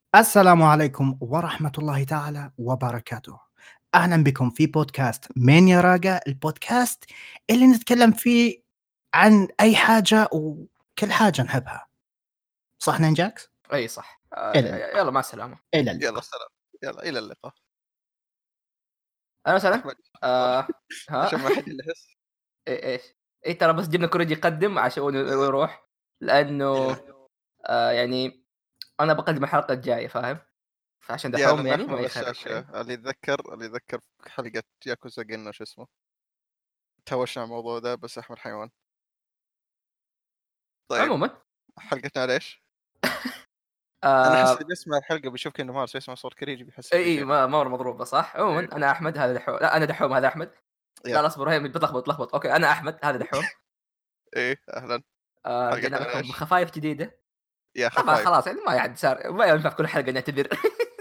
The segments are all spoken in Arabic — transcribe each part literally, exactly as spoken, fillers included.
السلام عليكم ورحمة الله تعالى وبركاته. أهلا بكم في بودكاست مين يا راجع، البودكاست اللي نتكلم فيه عن أي حاجة وكل حاجة نحبها. صح نينجاكس؟ أي صح. إلى آآ اللقاء. يالّا مع السلامة. إلى يلا اللقاء. سلام. يلا إلى اللقاء. أهلًا وسهلًا. أحمد إيش الأخبار؟ آآ ها عشان ما حد يلهث. إ إيش؟ إي ترى بس جبنا كوريجي يقدّم عشان ون ونروح، لأنه يا آآ يعني أنا باقدّم الحلقة الجاية فاهم؟ فعشان يا دحوم لأن يعني أحمد ما يخرب بشاشة إي. اللي يتذكر اللي يتذكر حلقة ياكوزا قلنا شو اسمه، تهاوشنا عن الموضوع ده بس أحمد حيوان. طيب عمومًا حلقتنا على إيش؟ أنا أحس آآ اللي بيسمع الحلقة بيشوف كينجدم هارتس ويسمع صوت كريجي بيحس إي، في إي شيء. ما مرة مضروبة صح؟ عمومًا إيه أنا أحمد هذا دحوم، لا أنا دحوم هذا أحمد. يا لا، لا أصبر هي بتلخبط تلخبط، أوكي أنا أحمد هذا دحوم. إيه أهلًا. آآ رجعنا حلقتنا على لكم إيش؟ بخفايف جديدة. يا طبعًا خفايف. خلاص يعني ما يعد صار ما ينفع في كل حلقة نعتذر.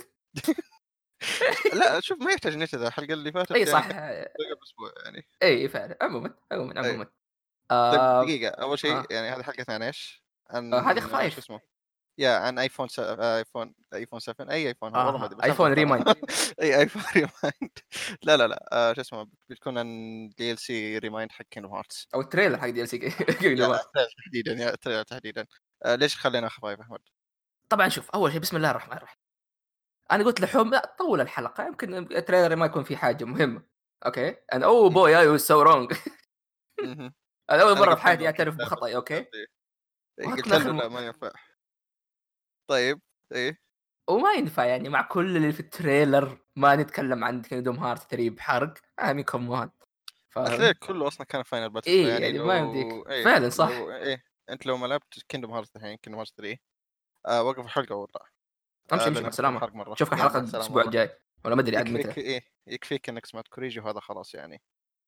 لأ شوف ما يحتاج نعتذر، الحلقة اللي إي فاتت يعني صح. كانت قبل أسبوع يعني. إي فعلًا. عمومًا، عمومًا، أيوه. عمومًا. طيب آآ دقيقة أول شيء ها يعني هذه حلقتنا عن إيش؟ عن آآ هذه شو خفايف. اسمه؟ يا عن ايفون س... ايفون ايفون سفن اي ايفون هو والله ما أها، ادري بس أيفون اتذكر. ريمايند. اي ايفون ريمايند. لا لا لا آه شو اسمه بتكون عن دي ال سي ريمايند حق كينجدم هارتس. أو التريلر حق دي ال سي يا Kingdom Hearts. ترى تحديدا يا ترى تحديدا. آه ليش خلينا خفايف احمد؟ طبعًا شوف، أول شيء بسم الله الرحمن الرحيم. أنا قُلت لحُم لأ طوّل الحلقة يمكن التريلر ما يكون فيه حاجة مهمة. أوكي، and oh boy I was so wrong. مهم. أنا أول انا مرة في قلت حياتي له قلت أعترف له بخطأي بس أوكي. إيه. إيه، وهتكون قلت له آخر م لا ما ينفع. طيب ايه وما ينفع يعني مع كل اللي في التريلر ما نتكلم عن Kingdom Hearts ثلاثة بحرق. I mean come on التريلر فاهم؟ كله اصلا كان فاينل باتل إيه فيعني يعني لو ما يمديك ايه فعلًا لو صح. ايه انت لو ما لعبت كيندوم هارت الحين كيندوم هارت ثلاثة آه وقف الحلقه وطلع. آه أمشي، أمشي مع لانها بتكون السلامة. حرق مره نشوفك يا الحلقة مع السلامه الأسبوع والله. الجاي والّا ما أدري عاد متى. يكفيك إيه، يكفيك إنك سمعت كوريجي وهذا خلاص يعني.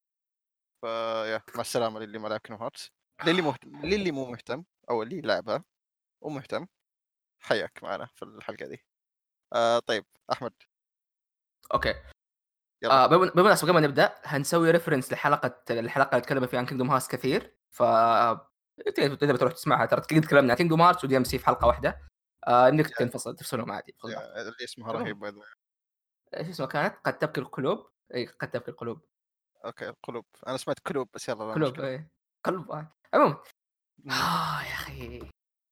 فيا مع السلامة للي ما لعب كينغدم هارتس. للي مهتم للي مو مهتم أو اللي لعبها ومهتم حياك معنا في الحلقة دي. آه طيب أحمد أوكي. يلا. آه بم بالمناسبة قبل ما نبدأ هنسوي reference لحلقة الحلقة اللي تكلمنا فيها عن Kingdom Hearts كثير، ف تقدر تقدر تروح تسمعها ترى قد تكلمنا عن Kingdom Hearts وDMC في حلقة واحدة. آآ يمديك يا تنفصل تفصلهم عادي خذ راحتك. يا اللي اسمها تمام. رهيب باي ذا واي. ايش اسمها كانت؟ قد تبكي القلوب. أي قد تبكي القلوب. أوكي القلوب أنا سمعت كلوب بس يلا لا قلوب مشكلة. إيه. قلب آه. عمومًا مم. آه يا أخي.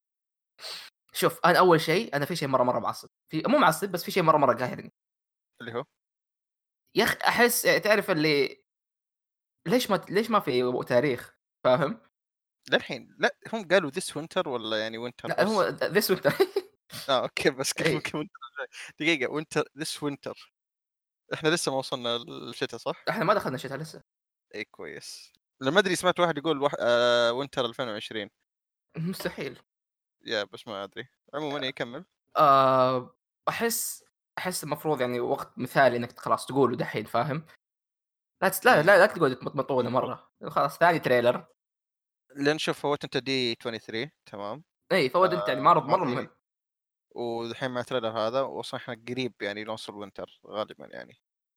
شوف أنا أول شيء أنا في شيء مرة مرة معصب، في مو معصب بس في شيء مرة مرة قاهرني. اللي هو يا أخي أحس تعرف اللي ليش ما ليش ما في تاريخ فاهم؟ للحين لا هم قالوا ذس وينتر ولا يعني وينتر لأ بس. هو this winter. اه اوكي بس كيف إي. ممكن وينتر دقيقة وينتر ذس وينتر. احنا لسه ما وصلنا للشتاء صح؟ إحنا ما دخلنا الشتا لسه. اي كويس. لما ادري سمعت واحد يقول وح... آه وينتر ألفين وعشرين. مستحيل. يا بس ما ادري عموما يكمل. آآ أحس أحس المفروض يعني وقت مثالي إنك خلاص تقوله دحين فاهم؟ لا تس لا امم لا لا تقعد تمطمطونه مرة، خلاص ثاني تريلر. لان شوف فوت انت دي ثلاثة وعشرين تمام. إي فهو أنت يعني آه معرض مرة هذه مهم. والحين مع التريلر هذا واصلا احنا قريب يعني نوصل وينتر غالبا يعني.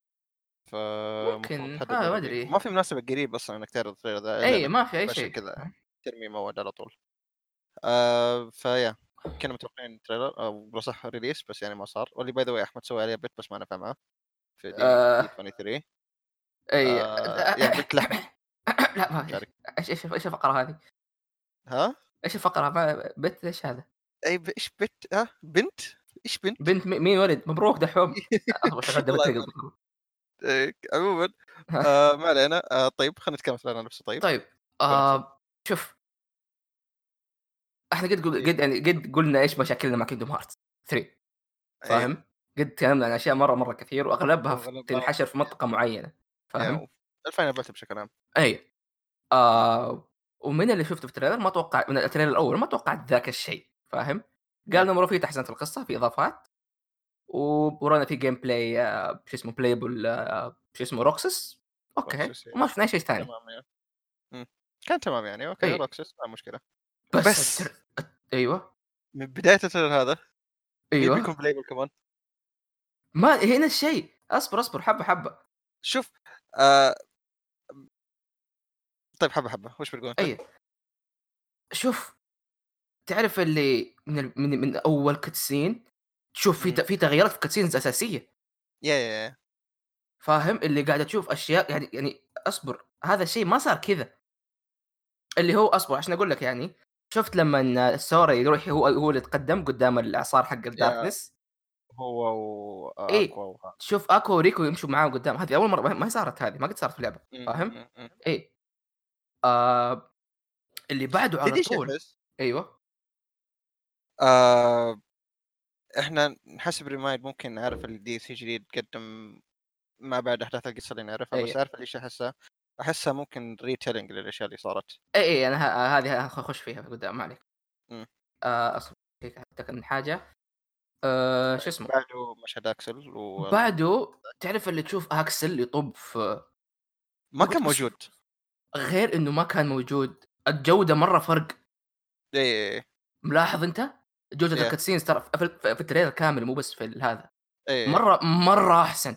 فمفروض ممكن تحدد ها ما اوريدي أدري. وما في مناسبة قريب اصلا انك تعرض التريلر ذا الا أي انك ما في أي فجأة شيء. كذا ترمي مواد على طول. آه فيا كنا متوقعين تريلر او بصح ريليس بس يعني ما صار واللي باي ذا واي احمد سوى عليه بت بس ما نفع معه في دي آآ دي ثلاثة وعشرين. أي آه يا قلت له لأ ما في. شارك. إيش إيش إيش الفقرة هذه؟ ها إيش الفقرة ما بت إيش هذا؟ اي ب- ايش بنت ها بنت ايش بنت. بنت م مين ولد؟ مبروك دحوم. أصبر شغلت الله دبل يبارك. تريجر. إيه، عموما آه ما علينا آه طيب خلينا نتكلم عن نفسه طيب. طيب ونبسط. آآ شوف إحنا قد قل إيه. قد يعني قد قلنا إيش مشاكلنا مع Kingdom Hearts ثلاثة ايه فاهم؟ قد تكلمنا عن أشياء مرة مرة كثير وأغلبها ف وغلبها تنحشر في منطقة معينة فاهم؟ يا الفاينل باتل بشكل عام. أي. مم. آآ ومن اللي شُفته في التريلر ما توقع من التريلر الأول ما توقعت ذاك الشيء فاهم؟ يا قال إنه في تحسينات في القصة، في إضافات، وورونا في gameplay شو اسمه playable شو اسمه Roxas أوكي، روكسس وما شفنا أي شيء ثاني. تمام يعني. مم. كان تمام يعني اوكي أي. روكسس ما مشكلة. بس بس التر الت أيوه. من بداية التريلر هذا مين بيكون أيوه. بلايبل كمان. ما هنا الشيء، أصبر، أصبر حبة، حبة. شوف آه طيب حبة حبة وش بتقول انت. أي. شوف تعرف اللي من ال من من أول cutscene تشوف في مم. ت- في تغييرات في كاتسينز اساسيه، يا يا يا. فاهم؟ اللي قاعد تشوف اشياء يعني يعني اصبر، هذا الشيء ما صار كذا. اللي هو اصبر عشان اقول لك، يعني شفت لما السوري يروح هو هو اللي يتقدم قدام الاعصار حق يا الداركنس. هو ايه، واكوا وها. تشوف اكو وريكو يمشوا معاه قدام، هذه اول مره، ما هي صارت، هذه ما قد صارت في اللعبه، فاهم؟ ايه. آه اللي بعده على تدري ايش طول. احس؟ ايوه آه احنا نحسب ريمايند ممكن نعرف الدي سي جديد قدم ما بعد احداث القصه اللي نعرفها، بس ايه عارف ايش احسها؟ احسها ممكن ريتيلينج للاشياء اللي صارت. ايه, إيه انا ه- هذه اخش فيها قدام، ما عليك. مم. آه اصبر هيك حتى كان حاجه. آه شو اسمه بعده مشهد اكسل وال... بعده، تعرف اللي تشوف اكسل يطب في، ما كان موجود. غير انه ما كان موجود، الجوده مره فرق. ايه ملاحظ انت جوده ايه الكاتسينز ترى في في- في التريلر كامل، مو بس في هذا، ايه مره مره احسن.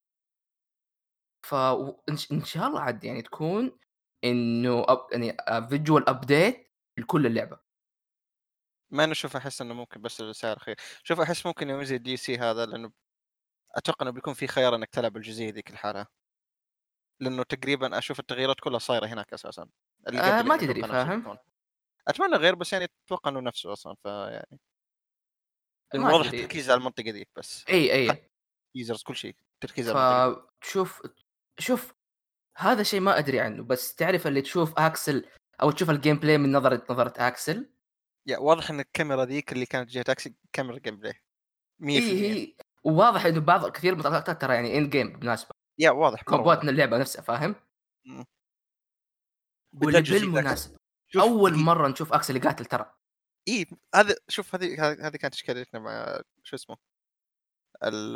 فان إن شاء الله عاد يعني تكون انه أب... يعني فيجوال ابديت لكل اللعبه. ما انا اشوف احس انه ممكن بس السعر خير. شوف احس ممكن يوزي الدي سي هذا، لانه اتوقع انه بيكون في خيار انك تلعب الجزئيه ذيك الحالة، لانه تقريبا اشوف التغييرات كلها صايره هناك اساسا. اللي آه قبل ما يعني تدري، اتوقع نفسه فاهم؟ بيكون. اتمنى غير، بس يعني اتوقع انه نفسه اصلا، فيعني لانه ما واضح تدري. التركيز على المنطقه ذيك بس. اي حتى اي تيزرز كل شيء تركيز على المنطقه ذيك. فتشوف، شوف هذا شيء ما ادري عنه، بس تعرف اللي تشوف اكسل او تشوف الجيم بلاي من نظره نظره اكسل. يا واضح ان الكاميرا ذيك اللي كانت جهه تاكسي كاميرا جيم بلاي اي مية بالمية. هي وواضح انه بعض كثير من اللقطات ترى يعني ان جيم بالمناسبه، يا واضح مره كومبوات واضح. من اللعبه نفسها، فاهم؟ مم. واللي بالذات جزئيه اكسل. بالمناسبه شوف اول دقيقه. مره نشوف اكسل يقاتل ترى. اي هذا شوف هذه هذه كانت اشكاليتنا مع شو اسمه ال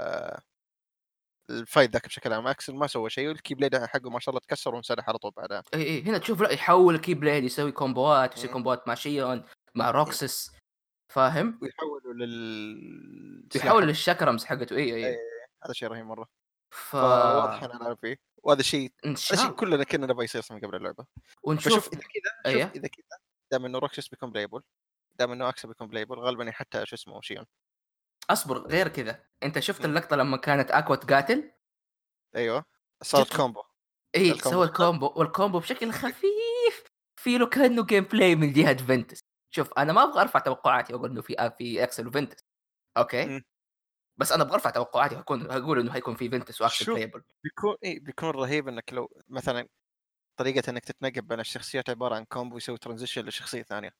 الفايت ذاك بشكل عام. اكسل ما سوى شيء، والكي بليد حقه ما شاء الله تكسر وانسدح على طول بعدها. اي اي هنا تشوف لا يحول الكي بليد، يسوي كومبوات، يسوي مم. كومبوات مع شيون مع روكسس، فاهم؟ ويحولوا لل يحول سلاح. للشكرمز حقته. اي إيه، اي هذا شيء رهيب مره. ف فواضح انا نلعب فيه، وهذا الشيء ان هذا شاء الشيء الله كلنا كنا نبغى يصير من قبل اللعبه. فشوف ونشوف. اذا كذا، شوف ايه اذا كذا دام انه روكسس بيكون بلايبل، دام انه اكسا بيكون بلايبل، غالبا حتى شو اسمه شيون. اصبر، غير كذا انت شفت مم. اللقطه لما كانت اكوا تقاتل؟ ايوه صارت شفت كومبو. اي الكومبو سوى الكومبو، والكومبو بشكل خفيف في له كانه جيم بلاي من جهه فينتس. شوف انا ما ابغى ارفع توقعاتي واقول انه في في اكسل وفينتس، اوكي؟ مم. بس انا ابغى ارفع توقعاتي واكون اقول انه حيكون في فينتس واكسل شوف بلايبل. بيكون ايه بيكون رهيب انك لو مثلا طريقه انك تتنقل بين الشخصيات عباره عن كومبو يسوي ترانزيشن لشخصيه ثانيه،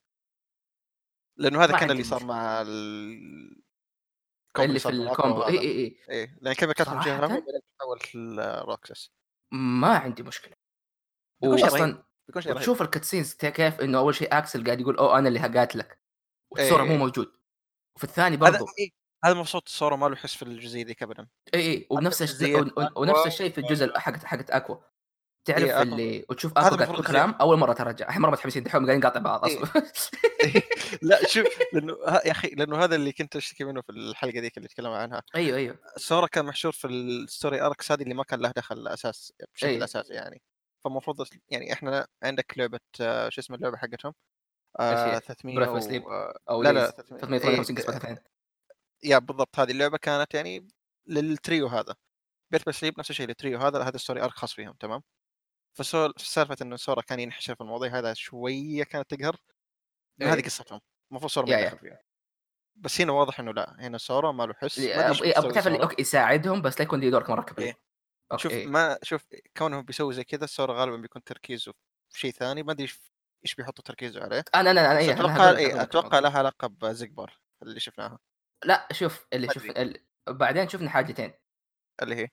لانه هذا ما كان عندي اللي صار مشكله مع ال... الكومبو اللي اللي في صار مع اكوا الكومبو. اي وهذا. اي اي ايه لان كلمه كانت من جهه صراحه رامي بعدين تحولت لروكسس. ما عندي مشكله. بيكون شيء رهيب. واصلا بيكون شيء رهيب. وتشوف الكاتسينز كيف انه اول شيء اكسل قاعد يقول اوه انا اللي هقاتلك، والصوره مو ايه موجود، وفي الثاني هذا برضو إيه؟ هذا مبسوط الصورة ما له حس في الجزئية ذيك ابدا. اي اي حتى ونفس في الش... جزئية ونفس اكوا. الشيء في الجزء حق حقت اكوا. تعرف ايه اكوا اللي وتشوف اكو هذا قاعد المفروض تقول يصير. كلام اول مره ترجع، احنا مره متحمسين دحين قاعدين نقاطع بعض إيه. اصلا. إيه. لا شوف لانه ها- يا اخي لانه هذا اللي كنت اشتكي منه في الحلقة ذيك اللي تكلموا عنها. ايوه ايوه الصورة كان محشور في الستوري اركس هذه اللي ما كان له دخل اساس بشكل اي اساسي يعني. فالمفروض يعني احنا عندك لعبة آه، شو اسم اللعبة حقتهم ايش آه هي؟ ثلاثمية بريث و سليب آه، او لا لا دايز ثلاثمية ايه ثلاثمية وثمانية وخمسين قسمة اثنين. يا بالضبط. هذه اللعبة كانت يعني للتريو هذا. بيت بسليب نفس الشيء التريو هذا هذا الستوري ارك خاص فيهم تمام. فسول سالفة إنه سورا كان ينحشر في المواضيع هذا شوية كانت تقهر، لأن هذه اي قصتهم المفروض سورا ما يا يدخل يا فيها. بس هنا واضح إنه لا، هنا سورا ما له حس، ما اللي أدري أب... إيش إيه، أب... بيسوي تعرف اللي سورا. اوكي يساعدهم بس لا يكون لي دور مره كبير. إيه. اوكي شوف إيه. ما شوف كونه بيسوي زي كذا سورا غالبا بيكون تركيزه في شيء ثاني، ما أدري إيش إيش بيحطوا تركيزه عليه. انا انا انا بس إيه، انا أتوقع هقول لك هقول إيه لك أتوقع الموضوع. لها علاقة بزيكبر اللي شفناها. لا شوف اللي ما شوف أدري ال... بعدين شفنا حاجتين. اللي هي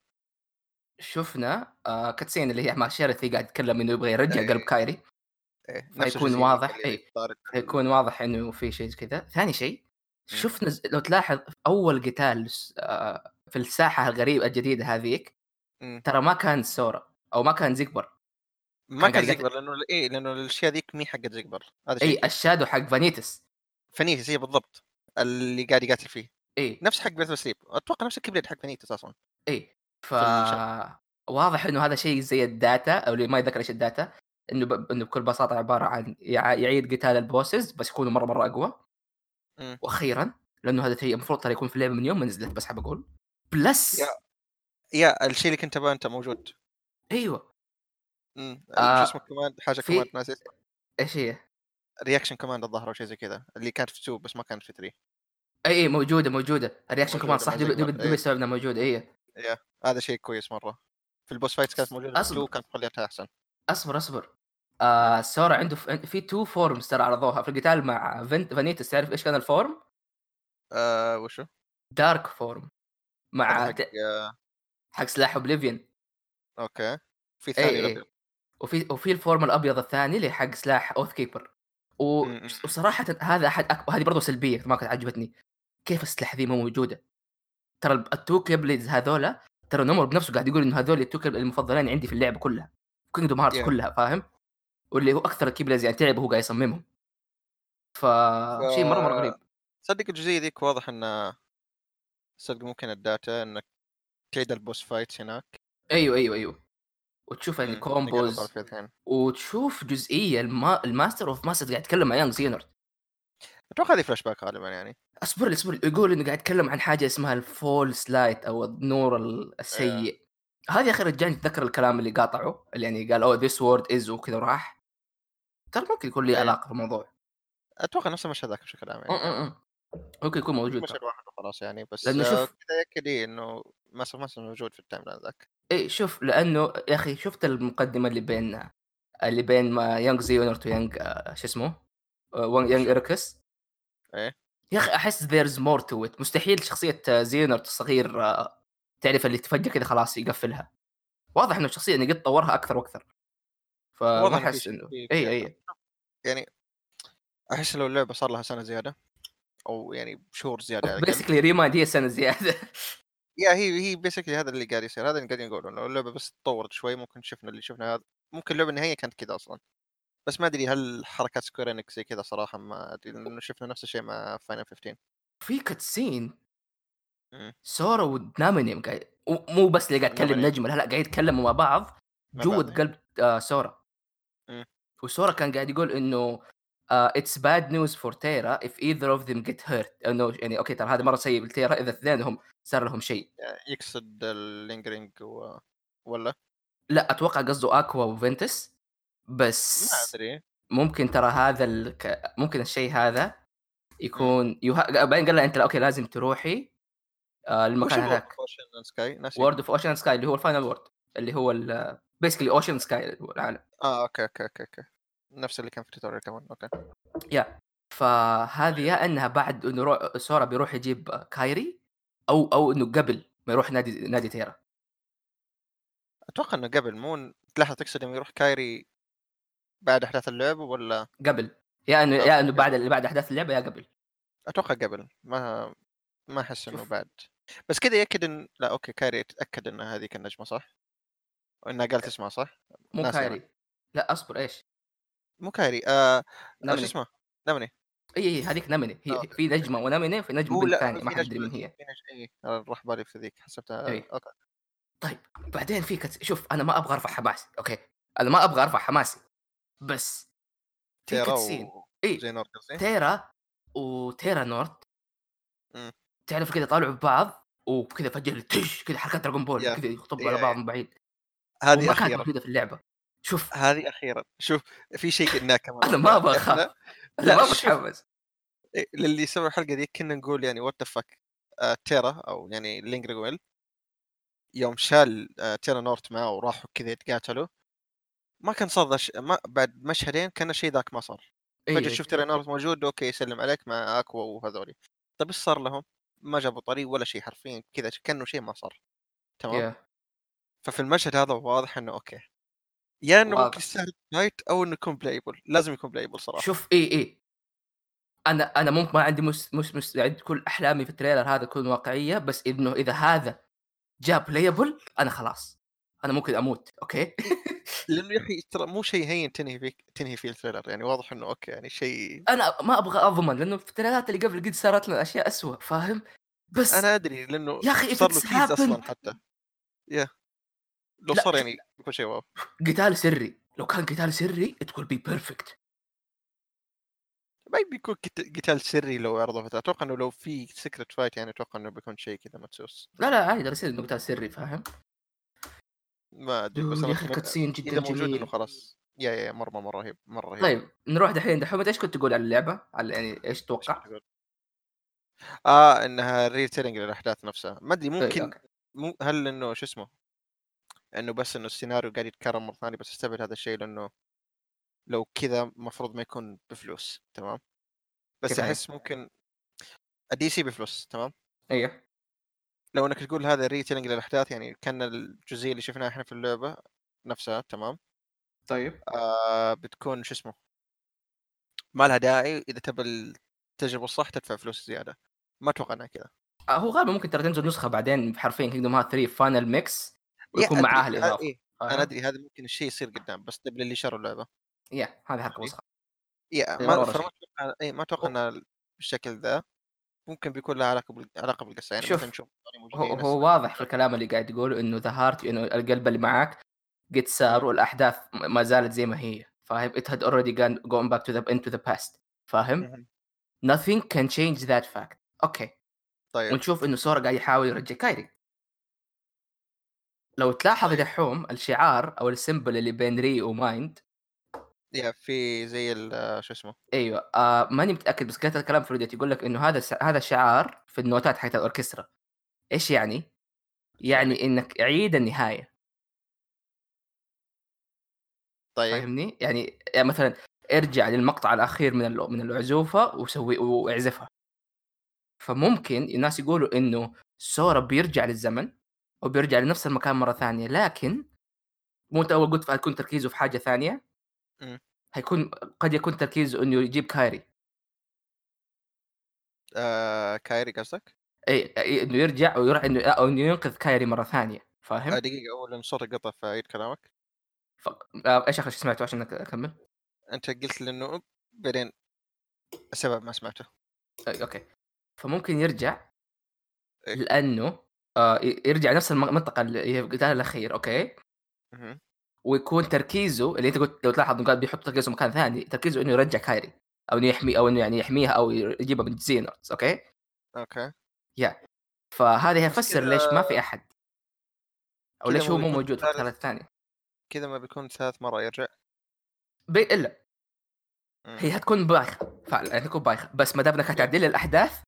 شفنا آه كاتسين اللي هي مع شيرثي قاعد يتكلم انه يبغى يرجع إيه. قلب كايري، إيه. نفس فيكون الجزئية ذيك واضح. اللي اي صارت. يكون واضح انه في شيء كذا. ثاني شيء م. شفنا ز- لو تلاحظ اول قتال آه، في الساحه الغريبه الجديده هذيك، م. ترى ما كان سورا او ما كان زيكبر، ما كان كان قاعد يقتل. زيكبر لأنه إيه لأنه الأشياء ذيك مي حقت زيكبر، هذا شيء اي أكيد. الشادو حق فانيتس. فانيتس هي بالضبط اللي قاعد يقاتل فيه. اي نفس حق بيت سليب، اتوقع نفس الكيبليد حق فانيتس اصلا اي ف في الشر. واضح انه هذا شيء زي الداتا، او اللي ما يذكر ايش الداتا، انه ب... انه بكل بساطه عباره عن يع... يعيد قتال البوسز بس يكونوا مره مره اقوى. مم. واخيرا لانه هذا شيء المفروض ترى يكون في اللعبه من يوم ما نزلت، بس حاب اقول بلس. يا يا الشيء اللي كنت ابغاه انت موجود. ايوه. امم شو آه اسمه كمان حاجه كمان في ناسي اسمه ايش هي؟ رياكشن كمان الظاهر او شيء زي كذا اللي كانت في تو بس ما كانت في ثري. اي اي موجوده موجوده الرياكشن كمان موجوده صح، مع دبي زيجمر دبي دبي ايه. سببنا موجوده. اي يا هذا شيء كويس مره. في البوس فايتس كانت موجوده في اصبر تو كانت خليتها احسن. اصبر اصبر. مم. آه سورا عنده في, في تو فورمز ترى عرضوها في القتال مع فنت فانيتس. تعرف ايش كان الفورم؟ آه وشو دارك فورم هذا مع حق د... آه حق سلاح اوبليفيون. اوكي في اي الثاني الابيض. اي وفي وفي الفورم الابيض الثاني اللي حق سلاح اوث كيبر. و... مم، مم. وصراحه هذا احد أك... هذه برضه سلبيه ما كانت عجبتني. كيف السلاح ذي مو موجوده؟ ترى التو كيبلز هذولا، ترى نمر بنفسه قاعد يقول انه هذول التو كيبل المفضلين عندي في اللعبه كلها، كينجدوم هارتس يا كلها، فاهم؟ واللي هو اكثر الكيبلز يعني تعب وهو قاعد يصممهم. ف فشيء مره مره غريب. صدق الجزئيه ذيك واضح ان صدق ممكن الداتا انك تعيد البوس فايتس هناك. ايوه ايوه ايوه وتشوف يعني امم نقرب على كومبوز، فيها الحين. وتشوف جزئيه الما... الماستر اوف ماستر قاعد يتكلم مع يانج زينر. اتوقع هذه فلاش باك غالبا يعني. اصبر لي اصبر لي. يقول انه قاعد يتكلم عن حاجه اسمها الفولس لايت او النور ال- يا. السيء. هذه اخي رجعني اتذكر الكلام اللي قاطعه، اللي يعني قال اوه ذيس وورد از وكذا وراح. ترى ممكن يكون لي ايه علاقه في الموضوع. اتوقع نفس المشهد ذاك بشكل عام م- يعني. م- م. ممكن يكون موجود مشهد ترى. واحد وخلاص يعني بس لانه آه، شوف، كذا ياكد إيه انه ماسف ماسف موجود في التايم لاين ذاك. اي شوف لانه يا اخي شفت المقدمه اللي بين اللي بين ما يانج زيونرت ويانج آه، شو اسمه آه، وان- يانج شو ايركس. ايه يا اخي احس there's more to it. مستحيل شخصيه آه، زيونرت الصغير آه، تعرف اللي فجاه كذا خلاص يقفلها. واضح انه الشخصيه يعني قد طورها اكثر واكثر. فما واضح انه في احس شيء انه في اي اشياء اي يعني. احس لو اللعبه صار لها سنه زياده او يعني شهور زياده على الاقل. بيسكلي ريمايند هي السنه زياده. يا هي هي بيسكلي هذا اللي قاعد يصير. هذا اللي قاعدين نقوله لو اللعبه بس تطورت شوي ممكن شفنا اللي شفنا هذا. ممكن اللعبه النهائيه كانت كذا اصلا. بس ما ادري هل حركات سكويرينك زي كذا صراحه ما ادري لانه شفنا نفس الشيء مع فاينل خمستاشر. في كاتسين امم سورا ونامينيم قاعد مو بس اللي قاعد يتكلم نمني نجم، لا لا قاعد يتكلموا مع بعض مع جوه بعض. قلب آه سورا. امم وسورا كان قاعد يقول انه uh, it's bad news for Terra if either of them get hurt. انه يعني اوكي ترى هذا مره سيء لتيرا اذا اثنينهم صار لهم شيء. يعني يقصد اللينجرينج و... ولا لا اتوقع قصده اكوا وفينتس ما بس. ادري. ممكن ترى هذا الك... ممكن الشيء هذا امم يكون يوها... بعدين قال لها انت اوكي لازم تروحي آه وش للمكان الورد هذاك. اوشن سكاي ناسي. وورد اوف اوشن سكاي اللي هو الفاينل وورد، اللي هو بيسكلي اوشن سكاي العالم. اه اوكي اوكي اوكي اوكي نفس اللي كان في التوتوريال كمان. اوكي يا فهذه يا انها بعد انه رو... سورا بيروح يجيب كايري، او او انه قبل ما يروح نادي نادي تيرا. اتوقع انه قبل مو لحظه تقصد انه يروح كايري بعد احداث اللعبه ولا. قبل يا انه اوكي يا انه بعد قبل. اللي بعد احداث اللعبه يا قبل. اتوقع قبل ما ما احس انه شوف بعد. بس كذا ياكد ان لا اوكي كايري تاكد ان هذيك النجمه صح وانها قالت اسمها صح. مو ناسي انا. كايري. لا اصبر ايش مو كايري آه... ايش نامني. اسمه نمني. اي اي هذيك نامني، هي آه، هي- في نجمه ونامني في نجمه هو بنت لا ثانيه ما في حد يدري نجمه من هي. في نجمه اي أنا راح بالي في ذيك حسبتها اي اوكي. طيب بعدين في كت... شوف انا ما ابغى ارفع حماسي، اوكي انا ما ابغى ارفع حماسي بس في تيرا كاتسين. اي وزي نور قصدي. تيرا وتيرا نورت مم. تعرف كذا طالعوا ببعض وكذا فجاه تش كذا حركات دراغون بول يا كذا يخطبوا على يا بعض يا من بعيد. هذه وما كانت اخيرا. موجوده في اللعبه. شوف هذه اخيرا شوف في شيء قلناه كمان انا ما ابغى احنا. اخاف، انا لا ما شوف بتحمس. إيه، للي سمعوا الحلقه ذي كنا نقول يعني وات ذا فك تيرا او يعني لينجريويل يوم شال آه تيرا نورت معه وراحوا كذا يتقاتلوا ما كان صار ش... ما بعد مشهدين كان الشيء ذاك ما صار. فجاه اي شفت تيرا نورت موجود اوكي يسلم عليك مع اكوا وهذولي. طيب ايش صار لهم؟ ما جابوا طريق ولا شيء حرفيا كذا كانه شيء ما صار. تمام. يا ففي المشهد هذا واضح انه اوكي يا انه ممكن واضح. يستاهل فايت او انه يكون بلايبل. لازم يكون بلايبل صراحه. شوف اي اي انا انا ممكن ما عندي مس مس مستعد كل احلامي في التريلر هذا تكون واقعيه، بس انه اذا هذا جاب بلايبل انا خلاص انا ممكن اموت اوكي. لانه يا اخي ترى مو شيء هين تنهي فيه تنهي فيه التريلر يعني واضح انه اوكي يعني شيء. انا ما ابغى اضمن لانه في التريلرات اللي قبل قد صارت لنا اشياء اسوء فاهم، بس انا ادري لانه يا اخي if صار له it's تيز اصلا happened. حتى. يا لو لا صار يعني يكون شيء واو. قتال سري، لو كان قتال سري it will be perfect. ما بيكون قت- قتال سري لو عرضه فترة. اتوقع انه لو في سكرت فايت يعني اتوقع انه بيكون شيء كذا مدسوس. لا لا عادي، يصير انه قتال سري، فاهم؟ ما ادري بس يقول انا يا اخي اتمنى الكاتسين جدا اذا موجود انه جميل. خلاص. يا يا مره مره رهيب مره رهيب. طيب نروح دحين دحوم، ايش كنت تقول على اللعبه؟ على يعني ايش ايش كنت تتوقع؟ اقول؟ اه انها ريتيلينج للاحداث نفسها. ما ادري اي ممكن. اوكي. مو هل انه شو اسمه انه بس انه السيناريو قاعد يتكرر مره ثانيه، بس استبعد هذا الشيء لانه لو كذا مفروض ما يكون بفلوس. تمام. بس كيف يعني؟ احس ممكن الدي سي بفلوس. تمام. ايوه لو انك تقول هذا ريتيلينج للاحداث يعني كان الجزئيه اللي شفناها احنا في اللعبه نفسها. تمام. طيب. آه بتكون شو اسمه ما لها داعي. اذا تبى التجربه الصح تدفع فلوس زياده. ما اتوقع انها كذا. آه، هو غالبا ممكن ترى تنزل نسخه بعدين حرفيا كينجدوم هارت ثري فاينل ميكس، يا ويكون ادري معاها ه- الاضافه، ايه انا فاهم؟ ادري هذا ممكن الشيء يصير قدام، بس ده اللي شروا اللعبه. يا هذه حركه ماشي. وسخه. يا إيه، ورا ما ورا فما شيء. اتوقع ايه ما اتوقع هو- انها بالشكل ذا. ممكن بيكون لها علاقه بال... علاقه بالقصه. يعني مثلا شوف، نشوف ثاني هو موجودين هو هسه. واضح في الكلام اللي قاعد يقوله انه ذا هارت، انه القلب اللي معاك قد مم. سار والاحداث م- ما زالت زي ما هي، فاهم؟ it had already gone gone back to the into the past، فاهم؟ مهم. nothing can change that fact. اوكي. طيب. ونشوف انه سورا قاعد يحاول يرجع كايري. لو تلاحظ طيب. دحوم الشعار او السيمبل اللي بين ري ومايند. يا في زي ال- شو اسمه ايوه آه ماني متاكد، بس قريت الكلام في ريديت يقول لك انه هذا الس- هذا الشعار في النوتات حقت الاوركسترا. ايش يعني؟ ايش يعني؟ يعني انك عيد النهايه، طيب. فاهمني؟ يعني, يعني مثلا ارجع للمقطع الاخير من الع- من العزوفه وسوي واعزفها. فممكن الناس يقولوا انه سورا بيرجع للزمن وبيرجع لنفس المكان مره ثانيه، لكن مو انت اول قلت حيكون تركيزه في حاجه ثانيه. مم. حيكون قد يكون تركيزه انه يجيب كايري. آه كايري قصدك؟ اي أي- انه يرجع ويروح انه او انه ينقذ كايري مره ثانيه، آه فاهم؟ دقيقه اول لان صوتك قطع فاعيد كلامك. ف... آه، ايش اخر شيء سمعته عشان أك- اكمل؟ انت قلت لانه بعدين السبب ما سمعته. أي اوكي. فممكن يرجع ايه. لانه آه ي- يرجع نفس الم- المنطقه اللي هي في القتال الاخير، اوكي؟ مهم. ويكون تركيزه اللي انت قلت، لو تلاحظ انه قاعد بيحط تركيزه مكان ثاني، تركيزه انه يرجع كايري او انه يحمي او انه يعني يحميها او يجيبها من زينورز، اوكي؟ اوكي. يا فهذا بس يفسر كذا ليش ما في احد، او كذا ليش ما هو مو بيكون موجود في القتال ثالث. الثاني. كذا ما بيكون ثالث مره يرجع. بي... الا مم. هي حتكون بايخه فعلا، يعني حتكون بايخه، بس ما دام انك يا. حتعدل الاحداث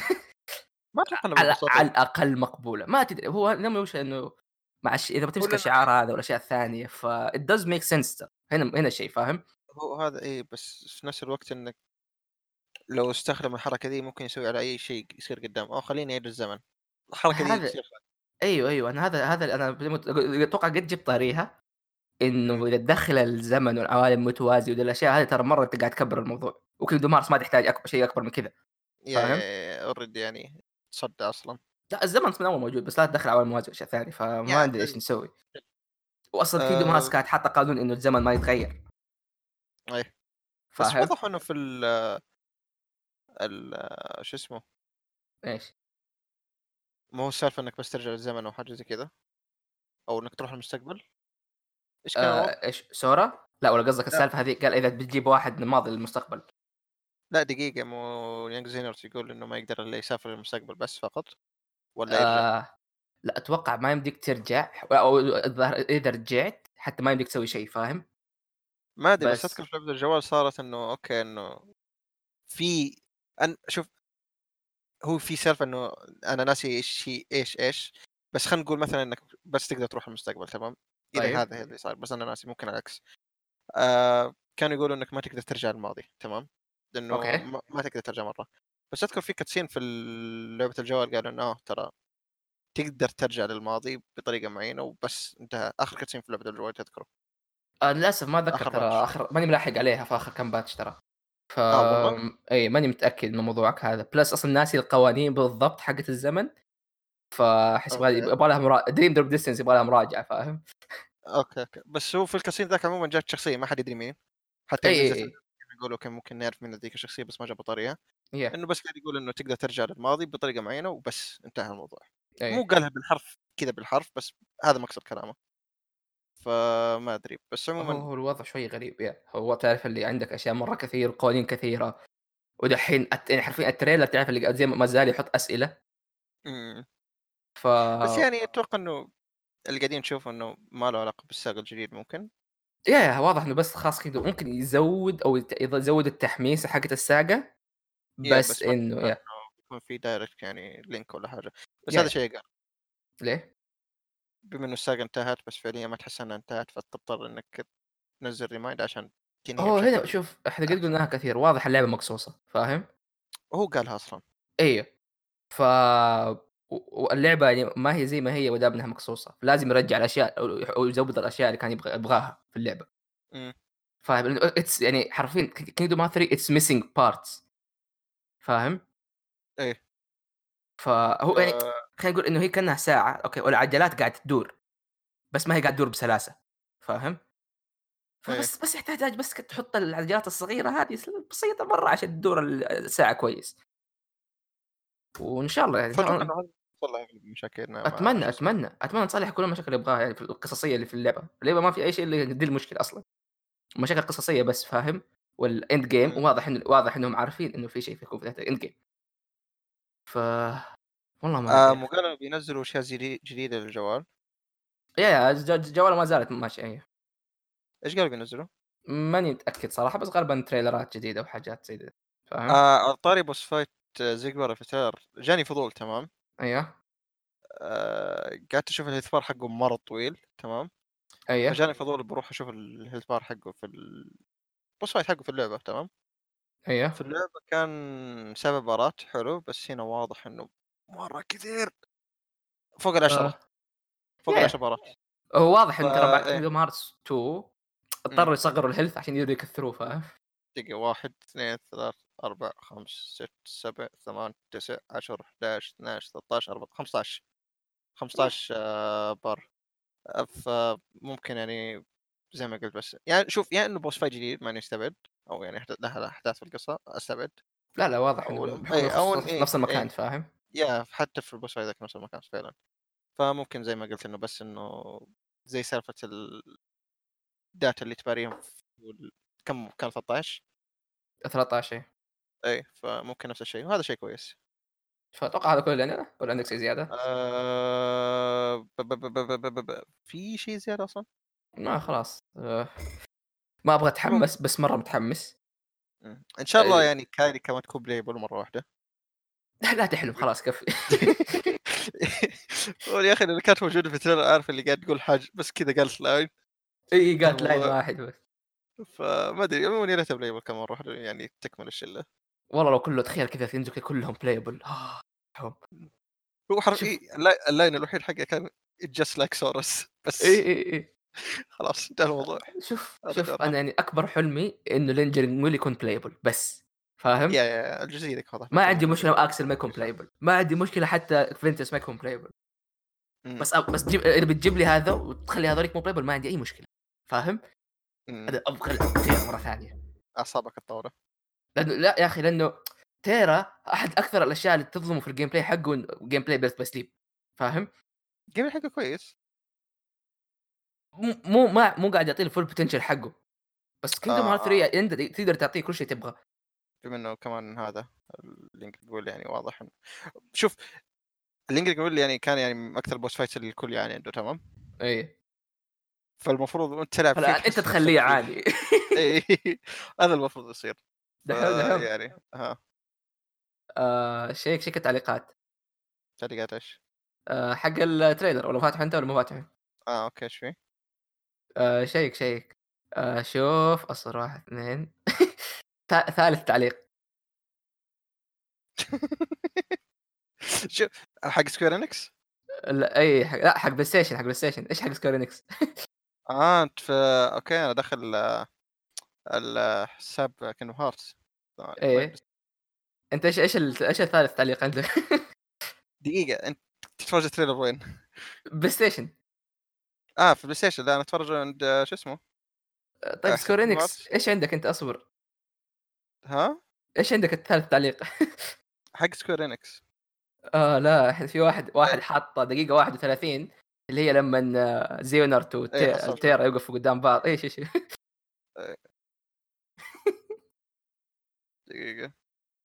ما اتوقع انه على بالبساطه على دي. الاقل مقبوله. ما تدري هو نمي وش انه مع الش... اذا هو بتمسك لانه الشعار هذا والاشياء الثانيه ف it does make sense. هنا هنا الشيء، فاهم؟ هو هذا ايه، بس في نفس الوقت انك لو استخدم الحركه دي ممكن يسوي على اي شيء يصير قدام. او خليني اعيد الزمن. الحركه دي هذا تصير. ايوه ايوه انا هذا هذا انا بمت- اتوقع قد جبت طاريها، مم. انه اذا تدخل الزمن والعوالم متوازيه ودي الاشياء هذه ترى مره انت قاعد تكبر الموضوع، وكينجدوم هارتس ما تحتاج أكبر شيء اكبر من كذا، يا فاهم؟ يا اوريدي يعني تصدى اصلا. لا الزمن من اول موجود، بس لا تدخل عوالم موازيه واشياء ثانيه، فما يا ادري ايش نسوي. واصلا كينجدوم هارتس آه... كانت حاطه قانون انه الزمن ما يتغير، ايه. بس فاهم؟ وضح انه في ال ال شو اسمه ايش؟ ما هو السالفه انك بس ترجع للزمن او حاجه زي كذا، او انك تروح المستقبل. ايش كان الوضع؟ آه ايش سورا؟ لا ولا قصدك لا السالفه هذه قال اذا بتجيب واحد من الماضي للمستقبل. لا دقيقه، مو يانج زينرز يقول انه ما يقدر الا يسافر للمستقبل بس فقط ولا يرجع. آه لا اتوقع ما يمديك ترجع، او الظاهر اذا رجعت حتى ما يمديك تسوي شيء، فاهم؟ ما ادري بس بس اذكر في لعبه الجوال صارت انه اوكي انه في أن شوف هو في سالفه انه انا ناسي ايش هي ايش ايش بس خلينا نقول مثلا انك بس تقدر تروح المستقبل. تمام. اذا طيب هذا هي اللي صار بس انا ناسي ممكن العكس. آه كانوا يقولوا انك ما تقدر ترجع للماضي. تمام. لانه اوكي. ما, ما تقدر ترجع مره. بس اذكر في كاتسين في ال- لعبه الجوال قالوا انه آه ترى تقدر ترجع للماضي بطريقه معينه وبس انتهى. اخر كاتسين في لعبه الجوال تذكره. آه للاسف ما اتذكر اخر ترى، باتش. اخر ماني ملاحق عليها في اخر كم باتش ترى. ف اه والله. اي ماني متاكد من موضوعك هذا، بلس اصلا ناسي القوانين بالضبط حقت الزمن، فاحس يبغى اوكي يبغى لها مرا... دريم دروب ديستنس يبغى لها مراجعه، فاهم؟ اوكي اوكي بس هو في الكاسين ذاك عموما جات شخصيه ما حد يدري مين. حتى اي يوم اي نزلت اي يقولوا كان ممكن نعرف من ذيك الشخصيه بس ما جابوا طريقه. yeah. انه بس قاعد يقول انه تقدر ترجع للماضي بطريقه معينه وبس انتهى الموضوع. اي مو قالها بالحرف كذا بالحرف بس هذا مقصد كلامه. فما ادري بس هو عموما. هو الوضع شوي غريب، يا هو تعرف اللي عندك اشياء مره كثير، قوانين كثيره، ودحين الت يعني حرفيًا التريلر تعرف اللي زي ما زال يحط أسئلة. إمم. ف بس يعني أتوقع إنه اللي قاعدين نشوفه إنه ما له علاقة بالساق الجديد ممكن؟ يا يا واضح إنه بس خلاص كده ممكن يزوّد أو يت يزوّد التحميسة حقة الساقة، يا بس بس ما إنه أتوقع يا إنه بيكون في direct يعني link ولا حاجة، بس يا هذا يا شيء قال ليه؟ بما إنه الساقة انتهت بس فعليًا ما تحس إنها انتهت فتضطر إنك تنزل remind عشان تنهيها هو هنا بشكل شوف إحنا قد أحسن. قلناها كثير، واضح اللعبة مقصوصة، فاهم؟ وهو قالها أصلًا. أيوه. ف و واللعبة يعني ما هي زي ما هي ما دام إنها مقصوصة، لازم يرجّع الأشياء أو أو يزوّد الأشياء اللي كان يبغى يبغاها في اللعبة، إمم. فاهم؟ لأنه it's يعني حرفيًا ك Kingdom Hearts ثري it's missing parts فاهم؟ إيه. فهو يعني آآ خلينا نقول إنه هي كأنها ساعة أوكي، والعجلات قاعدة تدور، بس ما هي قاعدة تدور بسلاسة، فاهم؟ إيه. فبس بس يحتاج بس ك تحط العجلات الصغيرة هذه س بسيطة مرة عشان تدور ال الساعة كويس، وإن شاء الله يعني إن شاء فأتوقع الله إنه هذا صلح مشاكلنا مع أتمنى، شو اسمه. أتمنى، أتمنى تصلّح كل المشاكل اللي يبغاها يعني في القصصية اللي في اللعبة، اللعبة ما في أي شيء إلا دي المشكلة أصلًا، مشاكل قصصية بس فاهم؟ والend game إمم. واضح إن واضح إنهم عارفين إنه في شيء بيكون في نهاية الend game ف والله ما آآ أدري يا أخي. مو بينزّلوا أشياء جدي جديدة للجوال؟ يا يا الج الجوالة ما زالت ماشية أيوه، إيش قالوا بينزّلوا؟ ماني متأكد صراحة بس غالبًا تريلرات جديدة وحاجات زي ذي، فاهم؟ آآ على طاري boss fight زيجبر الفتار جاني فضول تمام. أيوه، آآ قعدت أشوف الhealth bar حقه مرة طويل تمام. أيوه، فجاني فضول باروح أشوف الhealth bar حقه في الboss fight حقه في اللعبة تمام. في أيوه، اللعبة كان سبع بارات حلو، بس هنا واضح إنه مرة كثير فوق آه، العشرة فوق ياه! العشر بارات. هو واضح إن ترى بعد فإيه. Kingdom Hearts تو إمم. اضطروا يصغّروا الhealth عشان يقدروا يكثروه فاهم؟ دقيقة واحد، اثنين، ثلاث، أربع، خمس، ست، سبع، ثمان، تسع، عشرة، حداش، اثناش، ثلاثة عشر، أربعة خمسة عشر. ياه! خمسة عشر آآ بار. آآ فممكن يعني زي ما قُلت بس يعني شوف يا إنه boss fight جديد ماني مستبعد، أو يعني أحد لها أحداث في القصة أستبعد، لا، لا واضح أو إنهم بيحاولوا إيه أو إن يخصصوها في إيه، نفس المكان إيه، فاهم؟ يا حتى في الboss fight ذاك نفس المكان فعلًا. فممكن زي ما قُلت إنه بس إنه زي سالفة الdata اللي تباريهم وال كم كان ثلاثة عشر. ثلاثة عشر إيه. إيه، فممكن نفس الشيء وهذا شيء كويس. فأتوقع هذا كل اللي عندنا والّا عندك شيء زيادة؟ آآ ب ب ب ب ب ب ب في شيء زيادة أصلًا؟ ما خلاص آآ ما أبغى المهم. أتحمس بس مرة متحمس إمم. إن شاء الله آآ يعني كايري كمان تكون playable مرة واحدة. لا لا تحلم خلاص كفي هو يا أخي اللي كانت موجودة في التريلر عارف اللي قاعد تقول حاجة بس كذا قالت لاين. إي انتهى قالت لاين الموضوع. واحد بس، فما أدري عمومًا يا ريتها playable كمان مرة واحدة يعني تكمل الشلة. والله لو كله تخيل كذا ينزلوا كذا كلهم playable آه هم هو شوف حرفيًا اللا اللاين الوحيد حقه كان it just like Soros إي، بس. إي، إي خلاص انتهى الموضوع. شوف هذا شوف خيارها. أنا يعني أكبر حلمي إنه Lingering Will يكون playable بس، فاهم؟ يا يا الجزئية ذيك واضح ما بتكون عندي موجودة. مشكلة أكسل ما يكون playable ما عندي مشكلة حتى Ventus ما يكون playable إمم. بس أ بس تجيب إذا بتجيب لي هذا وتخلي هذوليك مو playable ما عندي أي مشكلة، فاهم؟ إمم. أنا أبغى الخيار مرة ثانية. أعصابك الطاولة. لأنه لا يا أخي لأنه تيرا أحد أكثر الأشياء اللي تظلمه في الgameplay حقه إنه gameplay based by sleep فاهم؟ الجيم حقه كويس. مو مو ما مو قاعد يعطيه الfull potential حقه، بس Kingdom آه، Hearts ثري آه. أنت تقدر تعطيه كل شيء تبغاه. بما إنه كمان هذا اللينك يقول يعني واضح إنه شوف اللينك يقول يعني كان يعني من أكثر البوس فايتس اللي الكل يعني عنده تمام. أي فالمفروض وأنت تلعب فيه فالآن أنت تحس نفسك تخليه فيه. عادي إي هذا المفروض يصير. دحوم دحوم فيعني ها آآ شيك شيك التعليقات تعليقات إيش؟ آآ حق التريلر والّا فاتحه أنت والّا مو فاتحه؟ آه أوكي إيش فيه؟ آآ شيك شيك آآ شوف أصبر واحد، اثنين ثا ثالث تعليق شوف حق سكوير إنكس؟ لا أي حق لأ حق PlayStation حق PlayStation إيش حق Square Enix؟ آه أنت في أوكي أنا داخل الحساب كينغدم هارتس. ما إيه أنت إيش إيش ال إيش الثالث تعليق عندك؟ دقيقة أنت تتفرج التريلر وين؟ PlayStation آه في البلاي ستيشن. لا أنا أتفرج عند شو اسمه؟ طيب آه، حساب Square كينغدم Enix هارتس. إيش عندك أنت أصبر، ها؟ إيش عندك الثالث تعليق؟ حق سكوير إنكس. آه لا ح في واحد واحد حاط دقيقة واحد وثلاثين اللي هي لمّن زيونارت وت إيه حصلته. تيرا يوقفوا قدام بعض إيش إيش إيه. دقيقة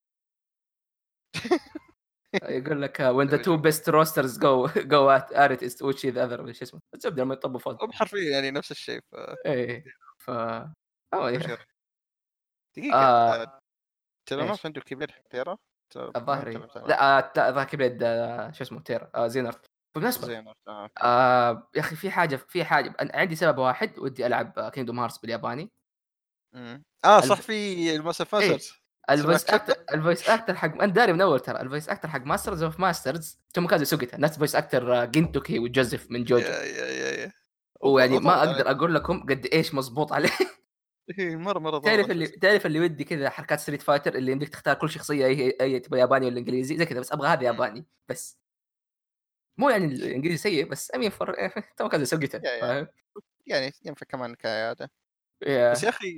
يقول لك when the two best roasters go go at at it is which is the other ايش اسمه الزبده لما يطبوا فوز. هو حرفيا يعني نفس الشيء. ف ايه ف أو إيه. بشير. دقيقة آه آه، ترى إيش؟ ناس عنده الكيبليد حق تيرا. ترى ما الظاهر أنت إيه. مثلاً. لا آه، لا ذاك بليد آه، شو اسمه تير آه زينرت. بالمناسبه زين آه، أوكي. آه يا اخي في حاجه في حاجه أنا عندي سبب واحد ودي العب كينجدوم هارتس بالياباني. أمم. اه الف... صح في الماسف ايه ماسرز. الفويس سمعت اكتر الفويس اكتر حق انا داري من اول ترى الفويس اكتر حق ماسترز اوف ماسترز توموكازو سوجيتا نفس فويس اكتر جينتوكي وجوزيف من جوجو. يا يا يا يا ويعني ما وضبط اقدر اقول لكم قد ايش مزبوط عليه. عليه. مرة مرة تعرف ضبط. اللي تعرف اللي ودي كذا حركات ستريت فايتر اللي يمديك تختار كل شخصيه اي اي تبغى ياباني ولا انجليزي زي كذا بس ابغى هذا ياباني بس مو يعني الانجليزي سيء بس امين فر توموكازو سوجيتا يا يا فاهم. يعني ينفع كمان كعادة. بس يا يا أخي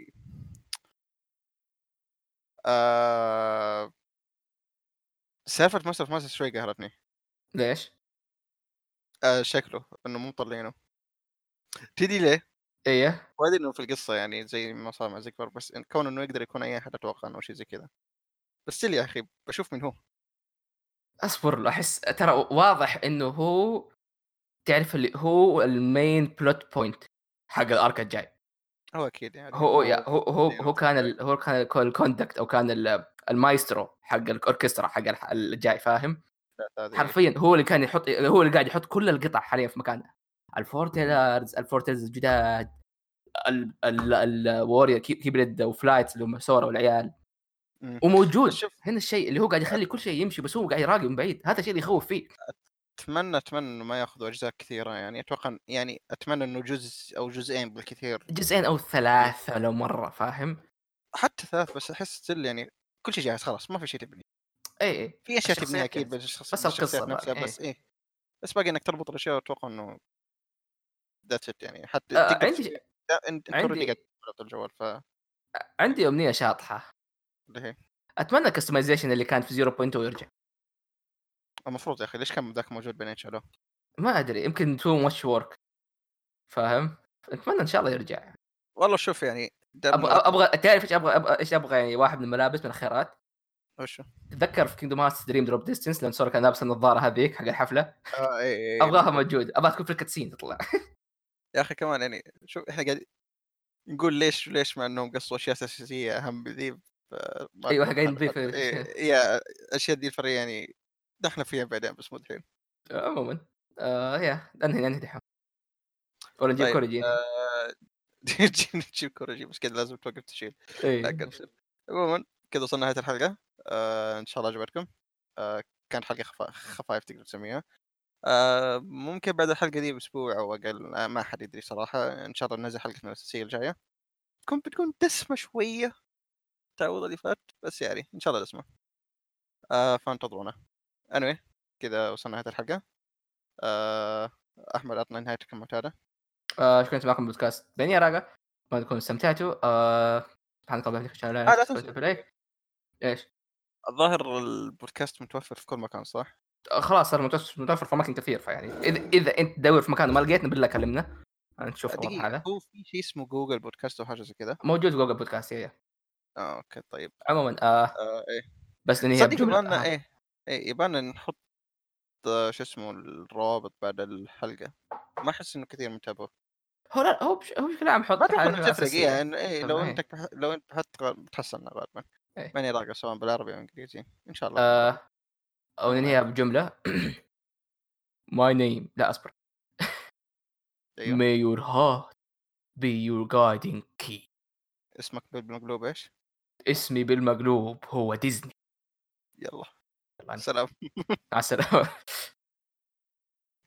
آه... سالفة ماسف ماسرز شوي قهرتني. ليش؟ آه شكله إنه مو مطلعينه. تدري ليه؟ ايه وادري إنه في القصة يعني زي ما صار مع زيكور بس إن كون إنه يقدر يكون أي أحد أتوقع إنه شيء زي كذا. بس still يا أخي بشوف من هو. اصبر احس ترى واضح انه هو تعرف اللي هو المين بلوت بوينت حق الارك الجاي. هو أكيد يعني هو يا هو هو هو كان ال... هو كان الكوندكت او كان ال- المايسترو حق الاوركسترا حق الح- الجاي فاهم. هذه حرفيا هو اللي كان يحط هو اللي قاعد يحط كل القطع حاليا في مكانها. الفورتيلرز الفورتيلرز الجداد ال ال الوورير كيبريد وفلايتس اللي هم سورا والعيال مم. بس وموجود شوف هنا الشيء اللي هو قاعد يخلي كل شيء يمشي بس هو قاعد يراقب من بعيد هذا الشيء اللي يخوف فيه. أتمنى أتمنى إنه ما ياخذوا أجزاء كثيرة يعني أتوقع يعني أتمنى إنه جزء أو جزئين بالكثير. جزئين او ثلاثة لو مرة فاهم. حتى ثلاث بس أحس still يعني كل شيء جاهز خلاص ما في شيء تبني. اي اي في أشياء تبنيها الشخصيات أكيد جاهزة. بالشخص... بس بالشخصيات القصة نفسها باقي بس إيه. إيه بس باقي إنك تربط الأشياء وأتوقع إنه that's it يعني حتى آه تقدر عندي تسوي لا، أنت أنت أوريدي قاعد عندي تلعب الجوال ف عندي أمنية شاطحة. اللي هي أتمنى الكستمايزيشن اللي كان في صفر نقطة اثنين يرجع. المفروض يا أخي ليش كان ذاك موجود بين شالوه. ما أدري يمكن تو ماتش ورك فاهم. أتمنى إن شاء الله يرجع. والله شوف يعني أبغى أبغى تعرف إيش أبغى أبغى إيش أبغى يعني واحد من الملابس من الخيارات. وشو تتذكر في كينجدوم هارتس دريم دروب ديستنس لما سورا كان لابس النظارة هذيك حق الحفلة. آه إيه إيه أبغاها بالضبط. موجود أبغى تكون في الكاتسين تطلع. يا أخي كمان يعني شوف إحنا قاعد نقول ليش ليش مع إنهم قصوا أشياء أساسية أهم بذي ف- ما أيوة أتوقع قاعدين إنه نضيف حد- إيه يا الأشياء دي الفريق يعني دخلنا فيها بعدين بس مو الحين. عموما آه يا ننهي ننهي دحين ولا نجيب طيب كوريجي. آه... تجيب كوريجي بس كذا لازم توقف تشيل. لا إيه كنسل. عموما كذا وصلنا نهاية الحلقة. آه... إن شاء الله عجبتكم. آه... كانت حلقة خفا... خفايف تقدر تسميها. آه... ممكن بعد الحلقة دي بأسبوع أو أقل آه... ما حد يدري صراحة. إن شاء الله ننزل حلقتنا الأساسية الجاية. تكون بتكون دسمة شوية تعوض اللي فات بس يعني إن شاء الله دسمة. آه... فانتظرونا. anyway كذا وصلنا نهاية الحلقة. آه... أحمد أعطنا نهايتك المعتادة. آه شكرا معكم بودكاست بين يا راقة. ما تكونوا استمتعتوا. آه سبحانك اللهم وبحمدك اشهد ان لا آه اله لا الا انت تنسى استغفرك اليك. ايش الظاهر البودكاست متوفر في كل مكان صح؟ آه خلاص صار متوفر متوفر في اماكن كثير فيعني اذا اذا انت تدور في مكان وما لقيتنا بالله كلمنا نشوف الوضع دقيقة هذا. هو في شيء اسمه جوجل بودكاست أو حاجة زي كذا؟ موجود في جوجل بودكاست يا آه أوكي طيب. عموما آه آه إيه بس لان هي صدق بجمله يبغالنا آه. إيه إيه يبغالنا نحط آه، شو اسمه الروابط بعد الحلقة. ما أحس إنه كثير متابعه. هو لا هو بش... هو بشكل عام ما حط أتوقع حاجه إنه تفرق اساسيه. إيه إنه إيه لو طبعا أنت ايه بح... لو أنت بحط بتحصلنا غالبا. ايه ماني راقة سواء بالعربي أو إنجليزي إن شاء الله. آه او عموما ننهيها بجمله my name لا اصبر أيوه may your heart be your guiding key. اسمك بالمقلوب إيش؟ اسمي بالمقلوب هو ديزني. يلا يلا سلام. مع السلامه.